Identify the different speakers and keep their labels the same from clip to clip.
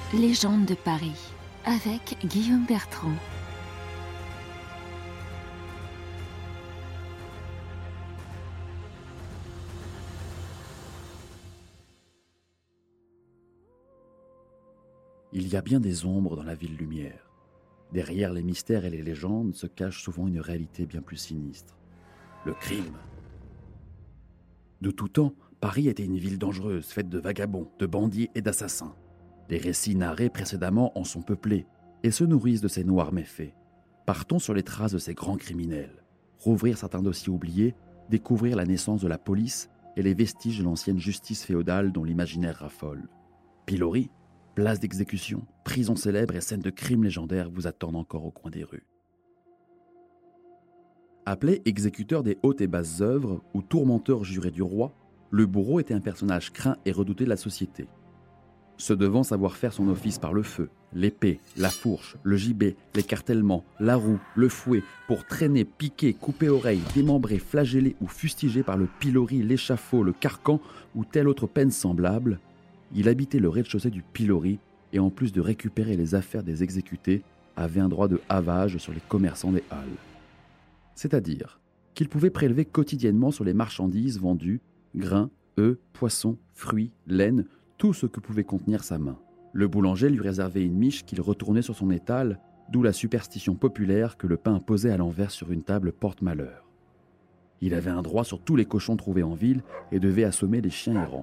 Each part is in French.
Speaker 1: Légende de Paris, avec Guillaume Bertrand.
Speaker 2: Il y a bien des ombres dans la ville lumière. Derrière les mystères et les légendes se cache souvent une réalité bien plus sinistre. Le crime. De tout temps, Paris était une ville dangereuse, faite de vagabonds, de bandits et d'assassins. Les récits narrés précédemment en sont peuplés et se nourrissent de ces noirs méfaits. Partons sur les traces de ces grands criminels, rouvrir certains dossiers oubliés, découvrir la naissance de la police et les vestiges de l'ancienne justice féodale dont l'imaginaire raffole. Pilori, place d'exécution, prison célèbre et scènes de crimes légendaires vous attendent encore au coin des rues. Appelé exécuteur des hautes et basses œuvres ou tourmenteur juré du roi, le bourreau était un personnage craint et redouté de la société. Se devant savoir faire son office par le feu, l'épée, la fourche, le gibet, l'écartèlement, la roue, le fouet, pour traîner, piquer, couper oreilles, démembrer, flageller ou fustiger par le pilori, l'échafaud, le carcan ou telle autre peine semblable, il habitait le rez-de-chaussée du pilori et en plus de récupérer les affaires des exécutés, avait un droit de havage sur les commerçants des halles. C'est-à-dire qu'il pouvait prélever quotidiennement sur les marchandises vendues, grains, œufs, poissons, fruits, laine, tout ce que pouvait contenir sa main. Le boulanger lui réservait une miche qu'il retournait sur son étal, d'où la superstition populaire que le pain posé à l'envers sur une table porte malheur. Il avait un droit sur tous les cochons trouvés en ville et devait assommer les chiens errants.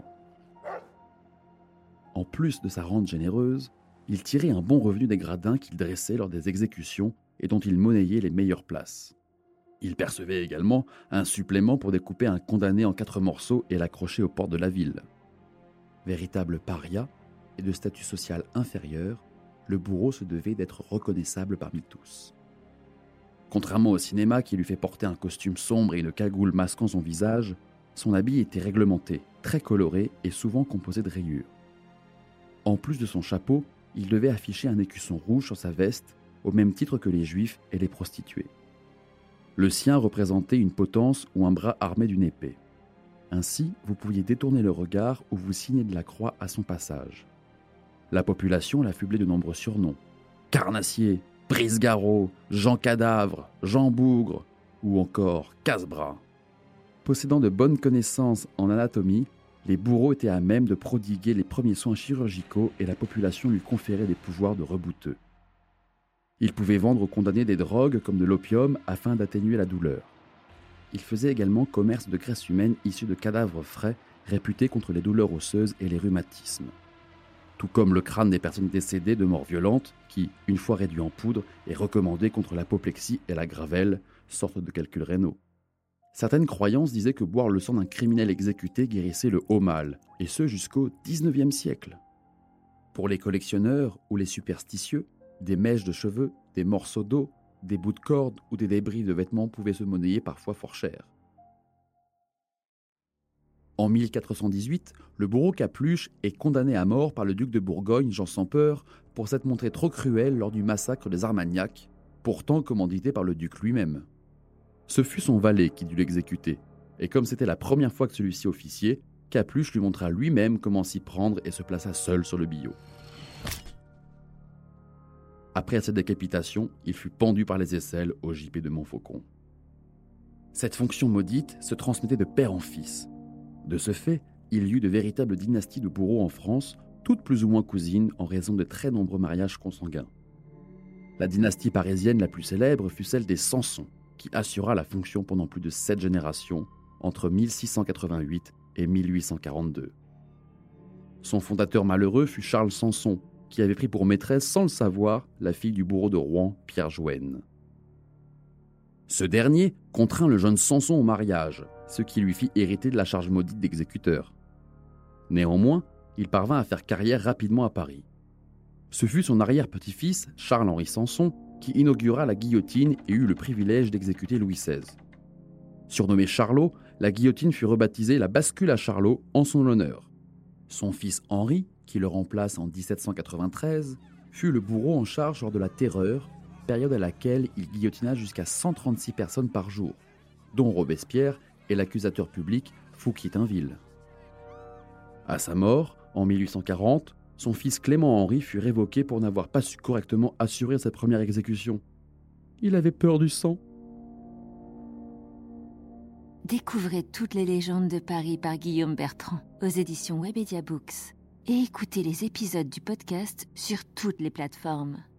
Speaker 2: En plus de sa rente généreuse, il tirait un bon revenu des gradins qu'il dressait lors des exécutions et dont il monnayait les meilleures places. Il percevait également un supplément pour découper un condamné en 4 morceaux et l'accrocher aux portes de la ville. Véritable paria et de statut social inférieur, le bourreau se devait d'être reconnaissable parmi tous. Contrairement au cinéma qui lui fait porter un costume sombre et une cagoule masquant son visage, son habit était réglementé, très coloré et souvent composé de rayures. En plus de son chapeau, il devait afficher un écusson rouge sur sa veste, au même titre que les juifs et les prostituées. Le sien représentait une potence ou un bras armé d'une épée. Ainsi, vous pouviez détourner le regard ou vous signer de la croix à son passage. La population l'affublait de nombreux surnoms. Carnassier, Brise-Garrot, Jean Cadavre, Jean Bougre ou encore Casse-Bras. Possédant de bonnes connaissances en anatomie, les bourreaux étaient à même de prodiguer les premiers soins chirurgicaux et la population lui conférait des pouvoirs de rebouteux. Il pouvait vendre aux condamnés des drogues comme de l'opium afin d'atténuer la douleur. Il faisait également commerce de graisse humaine issue de cadavres frais réputés contre les douleurs osseuses et les rhumatismes. Tout comme le crâne des personnes décédées de mort violente qui, une fois réduit en poudre, est recommandé contre l'apoplexie et la gravelle, sorte de calculs rénaux. Certaines croyances disaient que boire le sang d'un criminel exécuté guérissait le haut mal, et ce jusqu'au XIXe siècle. Pour les collectionneurs ou les superstitieux, des mèches de cheveux, des morceaux d'eau, des bouts de corde ou des débris de vêtements pouvaient se monnayer parfois fort cher. En 1418, le bourreau Capluche est condamné à mort par le duc de Bourgogne, Jean sans peur, pour s'être montré trop cruel lors du massacre des Armagnacs, pourtant commandité par le duc lui-même. Ce fut son valet qui dut l'exécuter, et comme c'était la première fois que celui-ci officiait, Capluche lui montra lui-même comment s'y prendre et se plaça seul sur le billot. Après cette décapitation, il fut pendu par les aisselles au gibet de Montfaucon. Cette fonction maudite se transmettait de père en fils. De ce fait, il y eut de véritables dynasties de bourreaux en France, toutes plus ou moins cousines en raison de très nombreux mariages consanguins. La dynastie parisienne la plus célèbre fut celle des Sanson, qui assura la fonction pendant plus de 7 générations, entre 1688 et 1842. Son fondateur malheureux fut Charles Sanson, qui avait pris pour maîtresse, sans le savoir, la fille du bourreau de Rouen, Pierre Jouenne. Ce dernier contraint le jeune Sanson au mariage, ce qui lui fit hériter de la charge maudite d'exécuteur. Néanmoins, il parvint à faire carrière rapidement à Paris. Ce fut son arrière-petit-fils, Charles-Henri Sanson, qui inaugura la guillotine et eut le privilège d'exécuter Louis XVI. Surnommé Charlot, la guillotine fut rebaptisée la bascule à Charlot en son honneur. Son fils Henri, qui le remplace en 1793, fut le bourreau en charge lors de la Terreur, période à laquelle il guillotina jusqu'à 136 personnes par jour, dont Robespierre et l'accusateur public Fouquier-Tinville. À sa mort, en 1840, son fils Clément-Henri fut révoqué pour n'avoir pas su correctement assurer sa première exécution. Il avait peur du sang.
Speaker 1: Découvrez toutes les légendes de Paris par Guillaume Bertrand aux éditions Webedia Books et écoutez les épisodes du podcast sur toutes les plateformes.